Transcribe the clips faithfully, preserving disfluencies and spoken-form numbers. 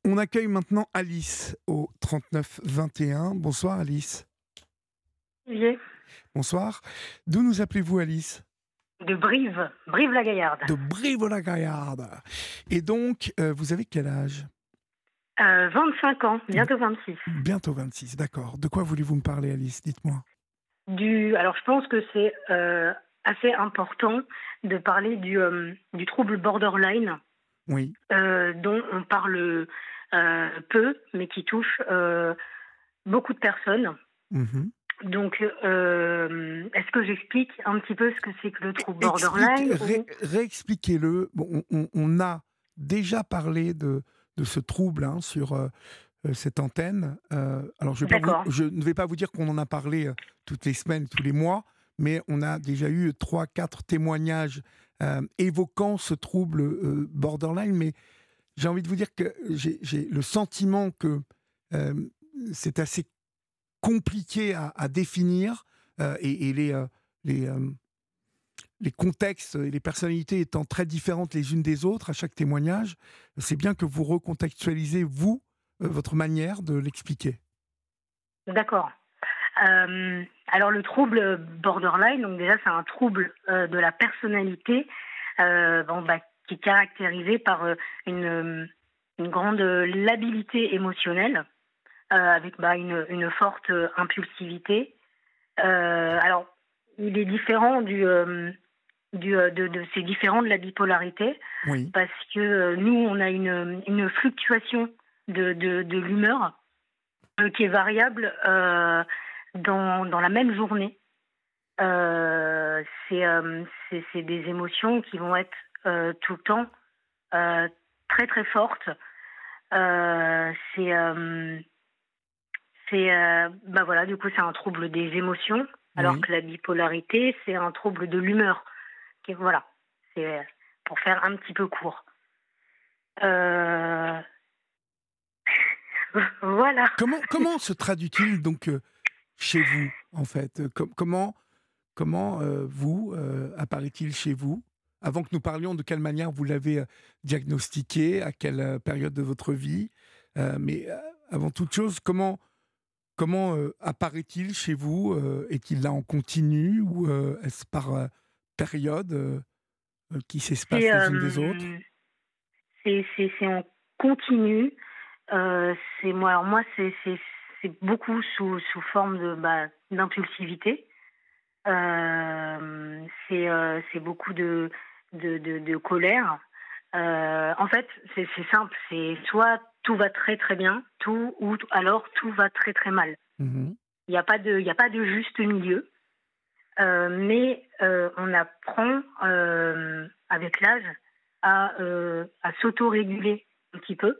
On accueille maintenant Alice au trente-neuf vingt et un. Bonsoir Alice. Olivier, Bonsoir. D'où nous appelez-vous Alice? de Brive, Brive-la-Gaillarde. De Brive-la-Gaillarde. Et donc, euh, vous avez quel âge? Euh, vingt-cinq ans, bientôt vingt-six. Bientôt vingt-six, d'accord. De quoi voulez-vous me parler Alice? Dites-moi. Du, alors je pense que c'est euh, assez important de parler du, euh, du trouble borderline, Oui. euh, dont on parle euh, peu, mais qui touche euh, beaucoup de personnes. Mhm. Donc, euh, est-ce que j'explique un petit peu ce que c'est que le trouble Explique, borderline ré- ou... réexpliquez-le. Bon, on, on- on a déjà parlé de, de ce trouble hein, sur euh, euh, cette antenne. Euh, alors, je, vais pas vous, D'accord, je ne vais pas vous dire qu'on en a parlé euh, toutes les semaines, tous les mois, mais on a déjà eu trois, quatre témoignages euh, évoquant ce trouble euh, borderline. Mais j'ai envie de vous dire que j'ai j'ai le sentiment que euh, c'est assez compliqué à, à définir euh, et, et les, euh, les, euh, les contextes et les personnalités étant très différentes les unes des autres à chaque témoignage, c'est bien que vous recontextualisez, vous, euh, votre manière de l'expliquer. d'accord. Euh, alors le trouble borderline, donc déjà c'est un trouble euh, de la personnalité, euh, bon, bah, qui est caractérisé par euh, une, euh, une grande labilité émotionnelle, euh, avec bah, une, une forte euh, impulsivité. Euh, alors il est différent du, euh, du euh, de, de c'est différent de la bipolarité Oui. parce que euh, nous on a une, une fluctuation de, de, de l'humeur euh, qui est variable euh, dans, dans la même journée. Euh, c'est, euh, c'est, c'est des émotions qui vont être euh, tout le temps euh, très très fortes. Euh, c'est, euh, c'est, euh, bah voilà, du coup, c'est un trouble des émotions, alors Oui. que la bipolarité, c'est un trouble de l'humeur. Qui, voilà, c'est euh, pour faire un petit peu court. Euh, voilà. Comment, comment se traduit-il donc euh, chez vous, en fait? Euh, com- comment comment euh, vous euh, apparaît-il chez vous? Avant que nous parlions de quelle manière vous l'avez euh, diagnostiqué, à quelle euh, période de votre vie, Euh, mais euh, avant toute chose, comment comment euh, apparaît-il chez vous? Euh, Est-il là en continu ou euh, est-ce par euh, période euh, euh, qui C'est, s'espacent les unes des autres? euh, c'est, c'est, c'est en continu. Euh, c'est moi, alors moi, c'est, c'est, c'est beaucoup sous, sous forme de bah, d'impulsivité. Euh, c'est, euh, c'est beaucoup de, de, de, de colère. Euh, en fait, c'est, c'est simple. C'est soit tout va très très bien, tout ou alors tout va très très mal. Mhm. Il n'y a pas de, il y a pas de juste milieu. Euh, mais euh, on apprend euh, avec l'âge à, euh, à s'auto-réguler un petit peu.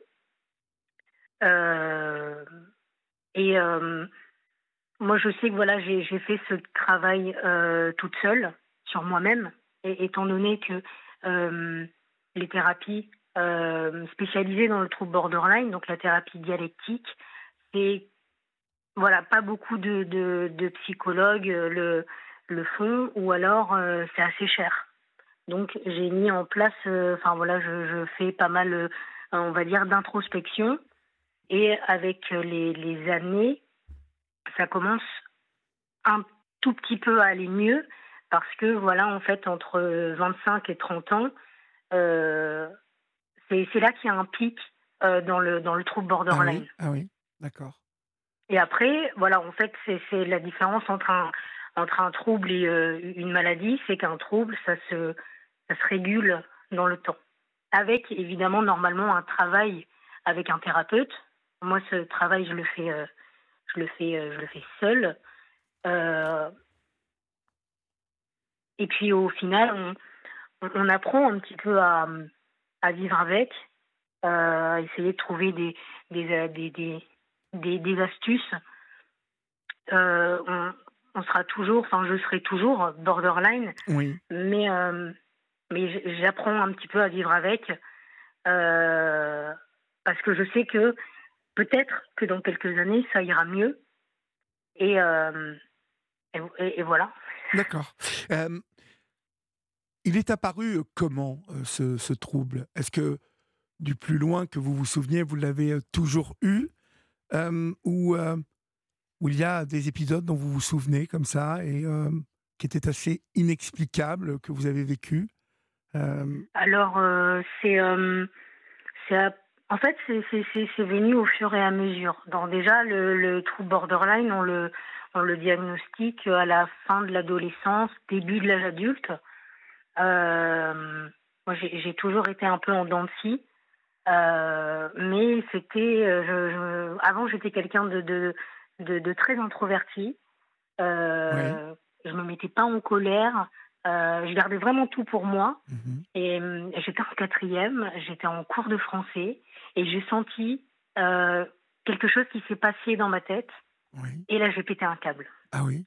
Euh, et euh, moi, je sais que voilà, j'ai, j'ai fait ce travail euh, toute seule sur moi-même, et étant donné que euh, les thérapies euh, spécialisées dans le trouble borderline, donc la thérapie dialectique, c'est voilà, pas beaucoup de, de, de psychologues euh, le, le font, ou alors euh, c'est assez cher. Donc j'ai mis en place, euh, enfin voilà, je, je fais pas mal, euh, on va dire, d'introspection, et avec euh, les, les années, ça commence un tout petit peu à aller mieux parce que voilà, en fait, entre vingt-cinq et trente ans, euh, c'est, c'est là qu'il y a un pic euh, dans le dans le trouble Ah borderline. oui, ah oui, d'accord. Et après, voilà, en fait, c'est, c'est la différence entre un entre un trouble et euh, une maladie, c'est qu'un trouble, ça se ça se régule dans le temps, avec évidemment normalement un travail avec un thérapeute. Moi, ce travail, je le fais, euh, je le fais, euh, je le fais seule. Euh, et puis au final, on, on apprend un petit peu à, à vivre avec, euh, à essayer de trouver des, des, euh, des, des, des, des astuces. Euh, on, on sera toujours, enfin je serai toujours borderline, Oui, mais, euh, mais j- j'apprends un petit peu à vivre avec, euh, parce que je sais que peut-être que dans quelques années, ça ira mieux. Et, euh, et, et- et voilà. d'accord. Euh, il est apparu euh, comment euh, ce, ce trouble? Est-ce que du plus loin que vous vous souveniez, vous l'avez euh, toujours eu, euh, ou euh, où il y a des épisodes dont vous vous souvenez comme ça et euh, qui étaient assez inexplicables que vous avez vécu. Euh, Alors, euh, c'est, euh, c'est à- en fait, c'est, c'est, c'est, c'est venu au fur et à mesure. Donc déjà, le, le trouble borderline, on le, on le diagnostique à la fin de l'adolescence, début de l'âge adulte. Euh, moi, j'ai, j'ai toujours été un peu en dents de scie. Euh, mais c'était, euh, je, je- avant j'étais quelqu'un de, de, de, de très introverti. oui. Euh, je me mettais pas en colère. Euh, je gardais vraiment tout pour moi. Mhm. Et euh, j'étais en quatrième, j'étais en cours de français et j'ai senti euh, quelque chose qui s'est passé dans ma tête. Oui. Et là j'ai pété un câble. Ah oui.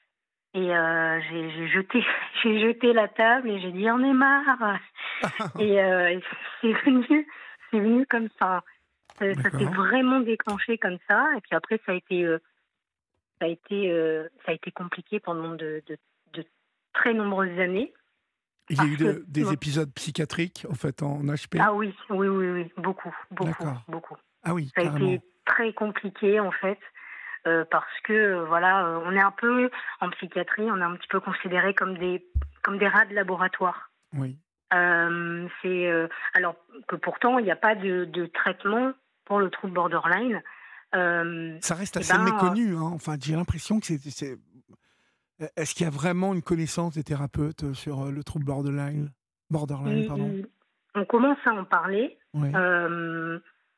Et euh, j'ai, j'ai jeté, j'ai jeté la table et j'ai dit j'en ai marre. Et euh, c'est venu, c'est venu comme ça. Ça, ça s'est D'accord. vraiment déclenché comme ça. Et puis après, ça a été, euh, ça a été, euh, ça a été compliqué pendant de, de, de très nombreuses années. Il y a Parce eu que, de- des bon, épisodes psychiatriques, en fait, en H P. ah oui, oui, oui, oui, beaucoup, beaucoup, D'accord. beaucoup. Ah oui, Ça a carrément. été très compliqué en fait, euh, parce que euh, voilà, euh, on est un peu en psychiatrie, on est un petit peu considéré comme des, comme des rats de laboratoire. Oui. Euh, c'est euh, alors que pourtant il n'y a pas de, de traitement pour le trouble borderline. Euh, Ça reste et assez ben, méconnu, hein. Enfin, j'ai l'impression que c'est, c'est- est-ce qu'il y a vraiment une connaissance des thérapeutes sur euh, le trouble borderline? euh, Borderline, il- pardon. il- on commence à en parler. Oui. Euh,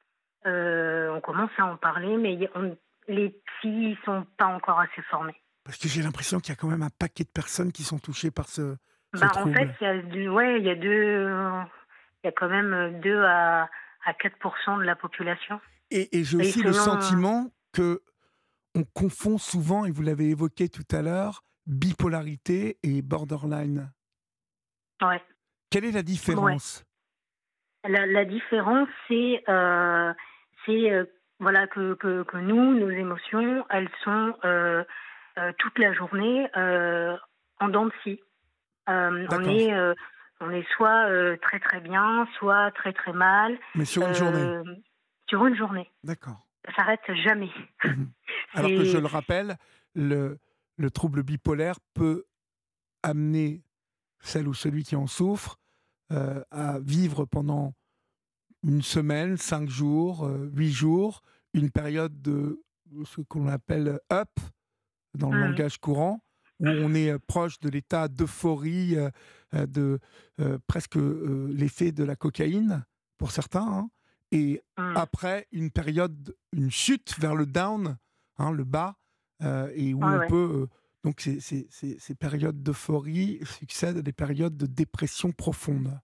euh, on commence à en parler, mais y- on- les psys sont pas encore assez formés. Parce que j'ai l'impression qu'il y a quand même un paquet de personnes qui sont touchées par ce, ce Ben, en fait, trouble. il y a du- ouais, il y a deux, il y a quand même deux à, à quatre pour cent de la population. Et, et j'ai Et aussi le selon, sentiment que on confond souvent, et vous l'avez évoqué tout à l'heure, bipolarité et borderline. ouais, Quelle est la ouais. différence? La, la différence, c'est, euh, c'est euh, voilà que, que, que nous, nos émotions, elles sont euh, euh, toute la journée euh, en dents de scie. Euh, on D'accord. est, euh, on est soit euh, très très bien, soit très très mal Mais sur une journée. euh, sur une journée. D'accord. Ça s'arrête jamais. Mhm. Alors que je C'est le rappelle, le, le trouble bipolaire peut amener celle ou celui qui en souffre euh, à vivre pendant une semaine, cinq jours, euh, huit jours, une période de ce qu'on appelle up dans le Mmh. langage courant, où on est euh, proche de l'état d'euphorie, euh, euh, de euh, presque euh, l'effet de la cocaïne pour certains, hein, et Mmh. après une période, une chute vers le down, hein, le bas, euh, et où Ouais, on ouais. peut euh, donc ces, ces- ces- ces périodes d'euphorie succèdent à des périodes de dépression profonde.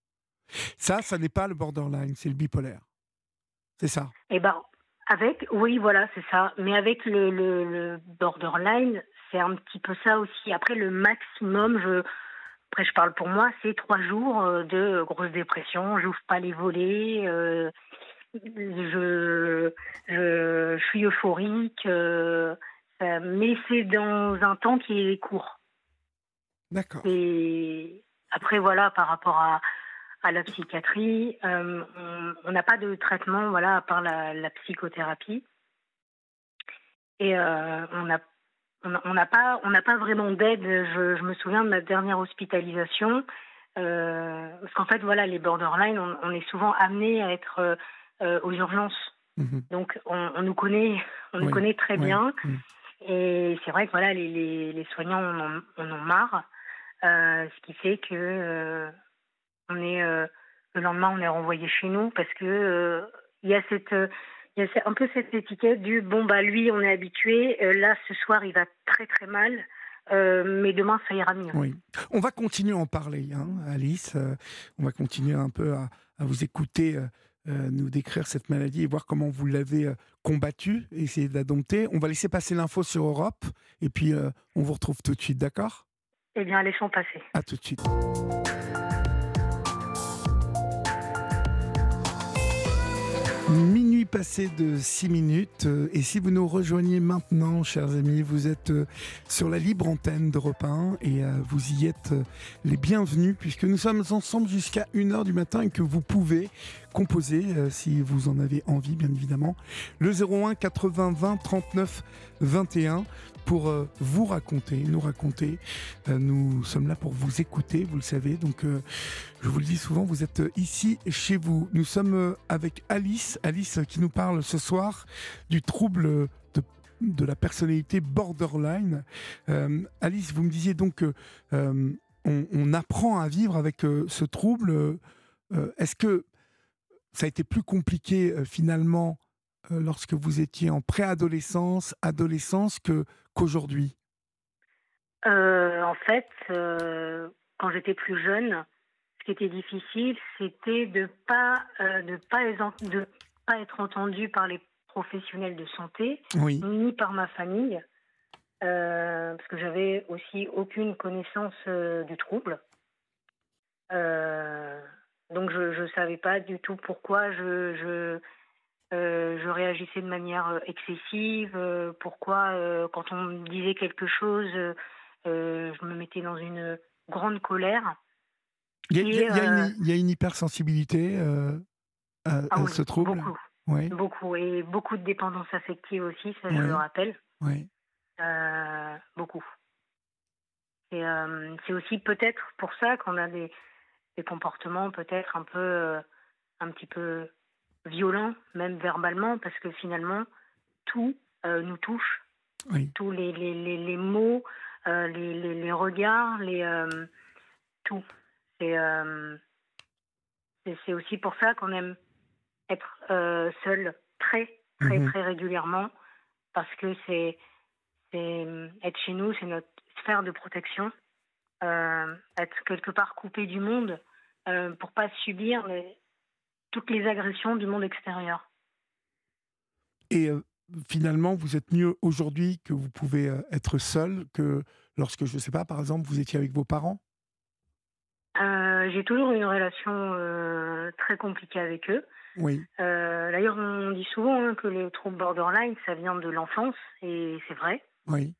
Ça, ça n'est pas le borderline, c'est le bipolaire. C'est ça. Et ben, avec, oui, voilà, c'est ça. Mais avec le, le, le borderline, c'est un petit peu ça aussi. Après, le maximum, je, après, je parle pour moi, c'est trois jours euh, de grosse dépression. J'ouvre pas les volets. Euh, je, je, je suis euphorique. Euh, euh, mais c'est dans un temps qui est court. D'accord. Et après, voilà, par rapport à, à la psychiatrie, euh, on on n'a pas de traitement, voilà, à part la, la psychothérapie. Et euh, on n'a on a- on n'a pas, on n'a pas vraiment d'aide. Je, je me souviens de ma dernière hospitalisation, euh, parce qu'en fait, voilà, les borderline, on, on est souvent amené à être euh, euh, aux urgences. Mhm. Donc, on, on nous connaît, on nous Oui, connaît très oui. bien. Mhm. Et c'est vrai que voilà, les, les, les soignants en ont, en ont marre, euh, ce qui fait que euh, on est euh, le lendemain, on est renvoyé chez nous parce que euh, il y a cette euh, il y a ce- un peu cette étiquette du bon bah lui on est habitué, euh, là ce soir il va très très mal, euh, mais demain ça ira mieux. Oui. On va continuer à en parler, hein, Alice. Euh, on va continuer un peu à, à vous écouter, euh, euh, nous décrire cette maladie et voir comment vous l'avez euh, combattue, essayer de la dompter. On va laisser passer l'info sur Europe et puis euh, on vous retrouve tout de suite, d'accord? Eh bien laissons passer. À tout de suite. Minuit passé de six minutes, euh, et si vous nous rejoignez maintenant, chers amis, vous êtes euh, sur la libre antenne d'Europe un et euh, vous y êtes euh, les bienvenus puisque nous sommes ensemble jusqu'à une heure du matin et que vous pouvez composer, euh, si vous en avez envie bien évidemment, le zéro un quatre-vingts vingt trente-neuf vingt et un pour euh, vous raconter, nous raconter. Euh, nous sommes là pour vous écouter, vous le savez, donc euh, je vous le dis souvent, vous êtes ici chez vous. Nous sommes euh, avec Alice, Alice qui nous parle ce soir du trouble de, de la personnalité borderline. Euh, Alice, vous me disiez donc que euh, on, on apprend à vivre avec euh, ce trouble. Euh, est-ce que ça a été plus compliqué euh, finalement euh, lorsque vous étiez en préadolescence, adolescence que, qu'aujourd'hui? Euh, en fait, euh, quand j'étais plus jeune, ce qui était difficile, c'était de pas euh, de pas être, de pas être entendu par les professionnels de santé, Oui. ni par ma famille, euh, parce que j'avais aussi aucune connaissance euh, du trouble. Euh, donc je je savais pas du tout pourquoi je je euh, je réagissais de manière euh, excessive, euh, pourquoi euh, quand on me disait quelque chose, euh, euh, je me mettais dans une grande colère. Il y a, il y a- Et il y a une, euh, il y a une hypersensibilité euh, à, ah à oui, ce trouble? beaucoup, Oui, beaucoup, et beaucoup de dépendance affective aussi, ça je le oui, rappelle, oui. euh, beaucoup. Et euh, c'est aussi peut-être pour ça qu'on a des, des comportements peut-être un peu, euh, un petit peu violents, même verbalement, parce que finalement tout euh, nous touche, Oui. tous les, les, les, les mots, euh, les, les, les regards, les, euh, tout. C'est euh, c'est c'est aussi pour ça qu'on aime être euh, seul très, très, Mhm. très régulièrement, parce que c'est c'est être chez nous, c'est notre sphère de protection, euh, être quelque part coupé du monde euh, pour pas subir les- toutes les agressions du monde extérieur. Et euh, finalement, vous êtes mieux aujourd'hui que vous pouvez euh, être seul que lorsque, je ne sais pas, par exemple, vous étiez avec vos parents? Euh, j'ai toujours eu une relation euh, très compliquée avec eux. Oui, Euh, D'ailleurs, on dit souvent hein, que le trouble borderline, ça vient de l'enfance, et c'est vrai. oui.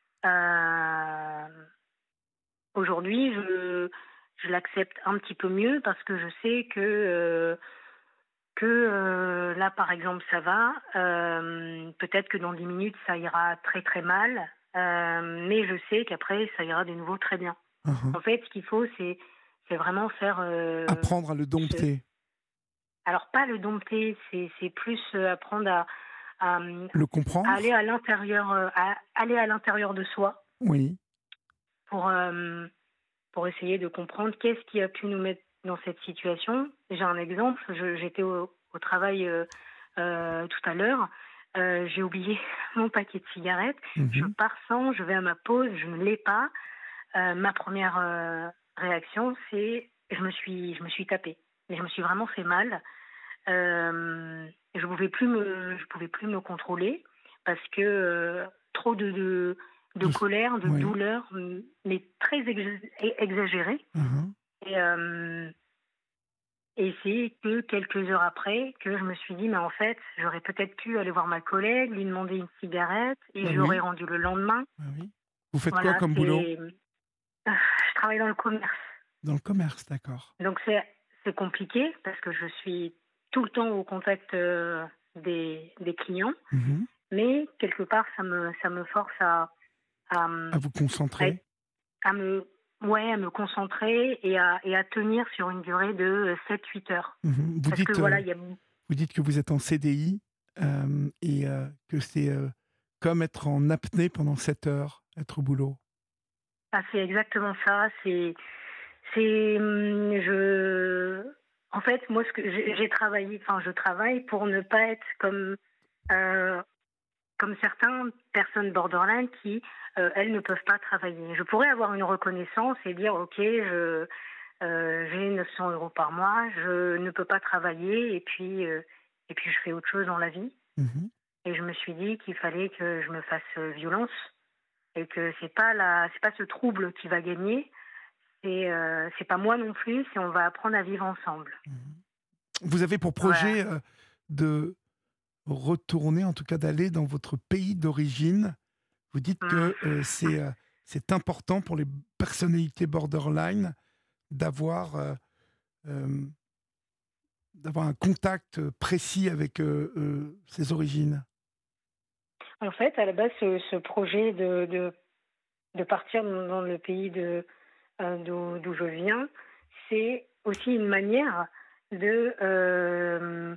Euh, Aujourd'hui, je, je l'accepte un petit peu mieux parce que je sais que, euh, que euh, là, par exemple, ça va. Euh, peut-être que dans dix minutes, ça ira très très mal. Euh, mais je sais qu'après, ça ira de nouveau très bien. Mhm. En fait, ce qu'il faut, c'est, c'est vraiment faire euh, Apprendre à le ce... dompter, Alors, pas le dompter, c'est, c'est plus euh, apprendre à, à, le à aller comprendre? à l'intérieur, euh, à aller à l'intérieur de soi Oui. pour... euh, pour essayer de comprendre qu'est-ce qui a pu nous mettre dans cette situation. J'ai un exemple, je- j'étais au, au travail euh, euh, tout à l'heure, euh, j'ai oublié mon paquet de cigarettes, je Mhm. pars sans, je vais à ma pause, je ne l'ai pas. Euh, ma première euh, réaction, c'est je me suis, je me suis tapée. Mais je me suis vraiment fait mal. Euh, je pouvais plus me, je pouvais plus me contrôler parce que euh, trop de, de, de De- colère, de Oui. douleur, m- mais très ex- exagérée. Mhm. Et, euh, et c'est que quelques heures après que je me suis dit, mais en fait, j'aurais peut-être pu aller voir ma collègue, lui demander une cigarette, et Ah je l'aurais oui. rendue le lendemain. Ah oui. Vous faites quoi Voilà, comme boulot? c'est, je travaille dans le commerce. Dans le commerce, d'accord. Donc c'est c'est compliqué parce que je suis tout le temps au contact euh, des, des clients, Mhm. mais quelque part ça me ça me force à à, À vous à, concentrer. être- à me ouais à me concentrer et à et à tenir sur une durée de sept huit heures. Mhm. Vous Parce que dites, euh, voilà, il y a vous dites que vous êtes en C D I euh, et euh, que c'est euh, comme être en apnée pendant sept heures, être au boulot. ah, c'est exactement ça, c'est c'est hum, je en fait moi ce que j'ai j'ai travaillé enfin je travaille pour ne pas être comme euh, comme certaines personnes borderline qui, euh, elles, ne peuvent pas travailler. Je pourrais avoir une reconnaissance et dire, OK, je, euh, j'ai neuf cents euros par mois, je ne peux pas travailler et puis, euh, et puis je fais autre chose dans la vie. Mhm. Et je me suis dit qu'il fallait que je me fasse euh, violence et que c'est pas la, c'est pas ce trouble qui va gagner, c'est, euh, c'est pas moi non plus, c'est on va apprendre à vivre ensemble. Mhm. Vous avez pour Voilà. projet euh, de retourner, en tout cas d'aller dans votre pays d'origine. Vous dites Mmh. que euh, c'est euh, c'est important pour les personnalités borderline d'avoir euh, euh, d'avoir un contact précis avec euh, euh, ses origines. En fait, à la base, ce ce projet de de de partir dans dans le pays de, heu, d'où d'où je viens, c'est aussi une manière de, hem,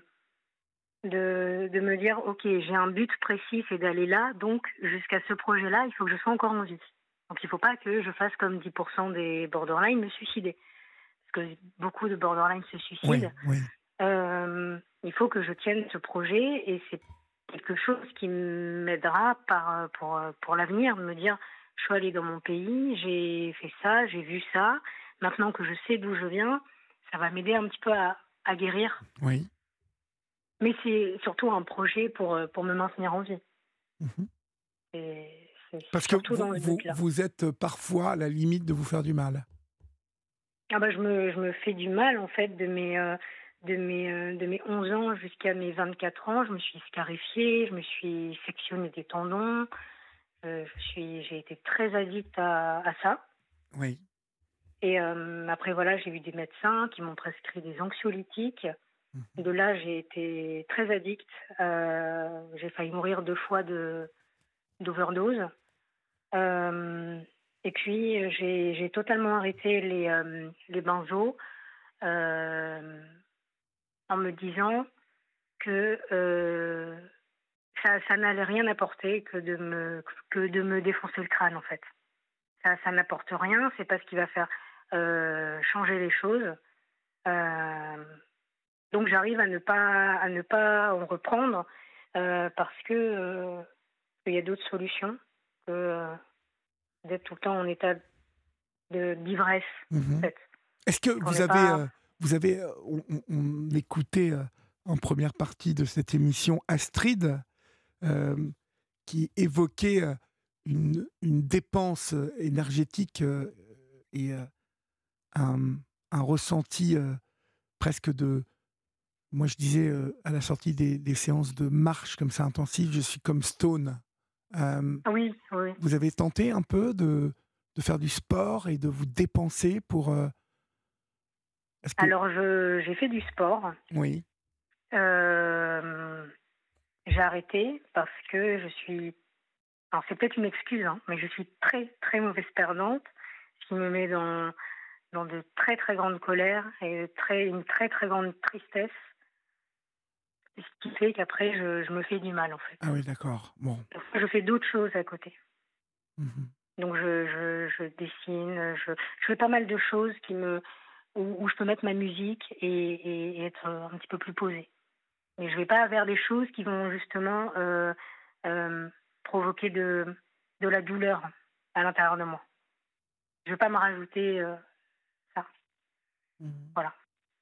de de me dire: «OK, j'ai un but précis, c'est d'aller là, donc jusqu'à ce projet-là, il faut que je sois encore en vie». Donc il ne faut pas que je fasse comme dix pour cent des borderline, me suicider. Parce que beaucoup de borderline se Oui, suicident. oui, Hem, il faut que je tienne ce projet et c'est quelque chose qui m'aidera par, heu, pour, heu, pour l'avenir, de me dire: «Je suis allée dans mon pays, j'ai fait ça, j'ai vu ça. Maintenant que je sais d'où je viens, ça va m'aider un petit peu à à guérir». oui. Mais c'est surtout un projet pour, heu, pour me maintenir en vie Mhm. et c'est c'est Parce que surtout vous, dans le vous, but-là. vous êtes parfois à la limite de vous faire du mal. Ah bah, je me je me fais du mal en fait de mes, heu, de mes, heu, de mes onze ans jusqu'à mes vingt-quatre ans. Je me suis scarifiée, je me suis sectionné des tendons, heu, je suis j'ai été très addict à à ça Oui. et hem, après voilà, j'ai vu des médecins qui m'ont prescrit des anxiolytiques. Mhm. De là, j'ai été très addict, heu, j'ai failli mourir deux fois de d'overdose. Hem et puis, heu, j'ai j'ai totalement arrêté les, hem, les benzos, hem en me disant que, heu, ça ça n'allait rien apporter que de me que de me défoncer le crâne, en fait. Ça ça n'apporte rien, c'est pas ce qui va faire, heu, changer les choses. Hem, donc j'arrive à ne pas à ne pas en reprendre, heu, parce que, heu, qu'il y a d'autres solutions que, heu, d'être tout le temps en état de d'ivresse, en Mhm. fait, Est-ce que pour vous ne avez, pas. euh, vous avez, euh, on, on- on écoutait euh, en première partie de cette émission Astrid, euh, qui évoquait euh, une, une dépense euh, énergétique euh, et euh, un, un ressenti euh, presque de, moi je disais euh, à la sortie des, des séances de marche comme ça intensive, je suis comme stone. Euh, Oui, oui. vous avez tenté un peu de, de faire du sport et de vous dépenser pour... euh, est-ce que... Alors je j'ai fait du sport. Oui. Hem, j'ai arrêté parce que je suis, alors c'est peut-être une excuse, hein, mais je suis très, très mauvaise perdante, ce qui me met dans dans de très, très grandes colères et très une très, très grande tristesse, ce qui fait qu'après je je me fais du mal, en fait. Ah oui, d'accord. Bon. Parfois je fais d'autres choses à côté. Mhm. Donc je je je dessine, je je fais pas mal de choses qui me où où je peux mettre ma musique et et et être, un petit peu plus posée. Mais je vais pas vers des choses qui vont justement, heu, hem, provoquer de de la douleur à l'intérieur de moi. Je vais pas me rajouter, heu, ça, Mhm. voilà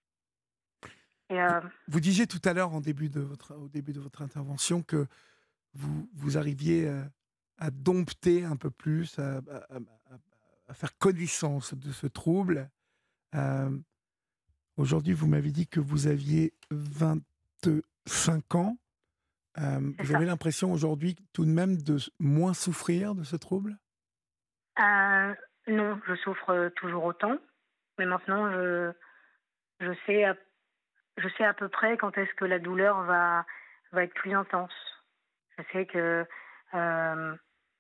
et Vous, hem vous disiez tout à l'heure en début de votre, au début de votre intervention que vous, vous arriviez euh, à dompter un peu plus, à, à- à- à- à faire connaissance de ce trouble. Euh, Aujourd'hui, vous m'avez dit que vous aviez vingt-cinq ans. Euh, c'est vous ça. avez l'impression aujourd'hui tout de même de s- moins souffrir de ce trouble? Heu, non, je souffre, heu, toujours autant, mais maintenant je je sais à je sais à peu près quand est-ce que la douleur va va être plus intense. Je sais que, hem,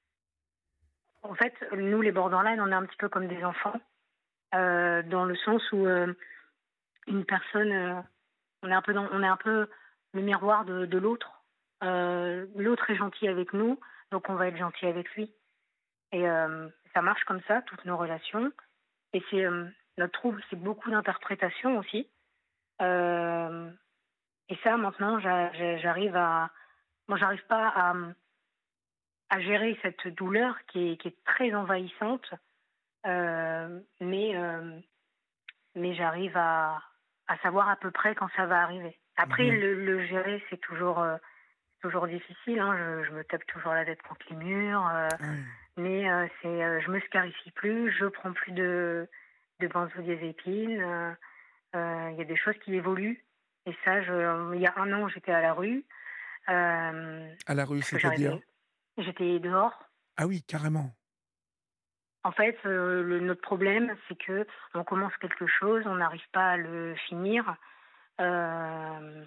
en fait, nous les borderline, on est un petit peu comme des enfants, heu, dans le sens où, heu, une personne, heu On est un peu dans on est un peu le miroir de de l'autre. Heu, l'autre est gentil avec nous, donc on va être gentil avec lui et hem, ça marche comme ça, toutes nos relations et c'est, hem, notre trouble, c'est beaucoup d'interprétation aussi. Hem et ça maintenant j'a j'a j'arrive à moi j'arrive pas à, mmh, à gérer cette douleur qui est qui est très envahissante, heu, mais hem, mais j'arrive à à savoir à peu près quand ça va arriver. Après Oui. le le gérer, c'est toujours, heu toujours difficile, hein, je je me tape toujours la tête contre les murs, heu, Ah oui. mais heu, c'est, heu, je me scarifie plus, je prends plus de de benzodiazépines, heu heu, il y a des choses qui évoluent, Et ça, je, il y a un an, j'étais à la rue. Euh, À la rue, parce que c'est-à-dire? j'arrivais, j'étais dehors. Ah oui, carrément. En fait, euh, le, notre problème, c'est que on commence quelque chose, on n'arrive pas à le finir. Euh,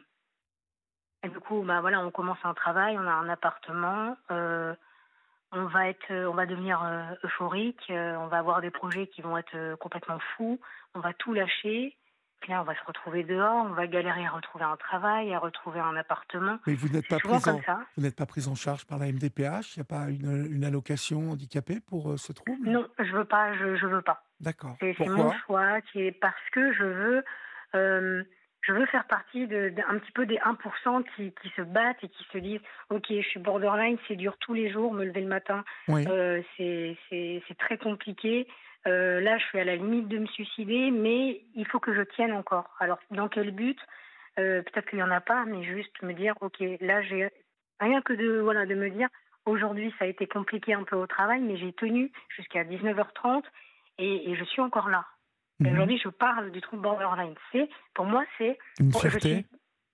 et du coup, bah voilà, on commence un travail, on a un appartement. Euh, on va être, on va devenir euh, euphorique. Euh, on va avoir des projets qui vont être euh, complètement fous. On va tout lâcher. Puis là, on va se retrouver dehors. On va galérer à retrouver un travail, à retrouver un appartement. Mais vous n'êtes C'est pas souvent prise comme en, ça. vous n'êtes pas prise en charge par la M D P H? Il n'y a pas une, une allocation handicapée pour euh, ce trouble? Non, je veux pas. Je, je veux pas. D'accord. C'est c'est mon Pourquoi? choix, qui est parce que je veux, euh, je veux faire partie de, de- un petit peu des un pour cent qui, qui se battent et qui se disent, ok, je suis borderline, c'est dur tous les jours, me lever le matin, Oui. euh, c'est c'est- c'est très compliqué. Euh, là, je suis à la limite de me suicider, mais il faut que je tienne encore. Alors, dans quel but? Euh, peut-être qu'il y en a pas, mais juste me dire, ok, là, j'ai rien que de voilà de me dire, aujourd'hui, ça a été compliqué un peu au travail, mais j'ai tenu jusqu'à dix-neuf heures trente. Et, et je suis encore là. Et Mhm. aujourd'hui, je parle du trouble borderline. C'est, pour moi, c'est, Une pour- je fierté? suis,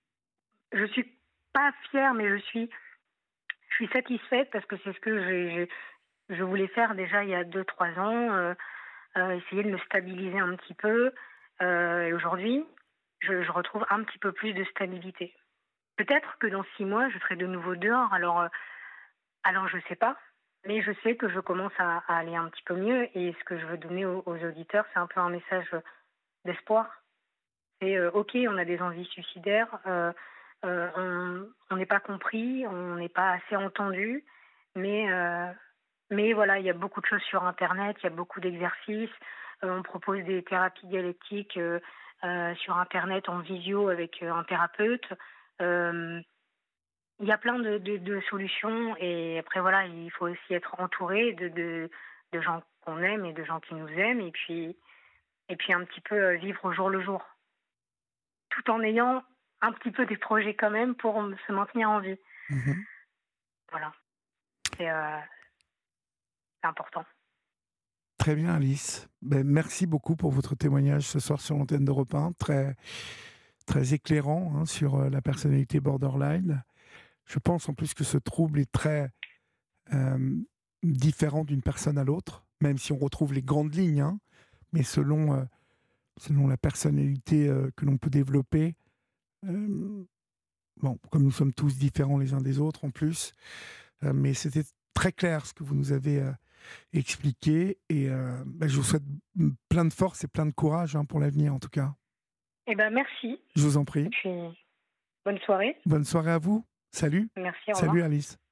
je suis pas fière, mais je suis, je suis satisfaite parce que c'est ce que j'ai, j'ai- je voulais faire déjà il y a deux, trois ans, euh, euh, essayer de me stabiliser un petit peu. Euh, et aujourd'hui, je, je retrouve un petit peu plus de stabilité. Peut-être que dans six mois, je serai de nouveau dehors. Alors, euh, alors je sais pas. Mais je sais que je commence à, à aller un petit peu mieux. Et ce que je veux donner aux, aux auditeurs, c'est un peu un message d'espoir. C'est euh, ok, on a des envies suicidaires, euh, euh, on on n'est pas compris, on n'est pas assez entendu, mais euh, mais voilà, il y a beaucoup de choses sur Internet, il y a beaucoup d'exercices. Euh, on propose des thérapies dialectiques euh, euh, sur Internet en visio avec euh, un thérapeute. Euh, il y a plein de, de, de solutions et après voilà, il faut aussi être entouré de, de, de gens qu'on aime et de gens qui nous aiment et puis et puis un petit peu euh, vivre au jour le jour, tout en ayant un petit peu des projets quand même pour se maintenir en vie. Mhm. Voilà, c'est euh, c'est important. Très bien, Alice. Ben, merci beaucoup pour votre témoignage ce soir sur l'antenne d'Europe un. Très, très éclairant hein, sur euh, la personnalité borderline. Je pense en plus que ce trouble est très euh, différent d'une personne à l'autre, même si on retrouve les grandes lignes, hein, mais selon, euh, selon la personnalité euh, que l'on peut développer, euh, bon, comme nous sommes tous différents les uns des autres en plus, euh, mais c'était très clair ce que vous nous avez euh, expliqué, et euh, ben, je vous souhaite plein de force et plein de courage hein, pour l'avenir en tout cas. Eh ben merci Je vous en et prie. puis bonne soirée. Bonne soirée à vous. Salut. Merci, au revoir. Salut Alice.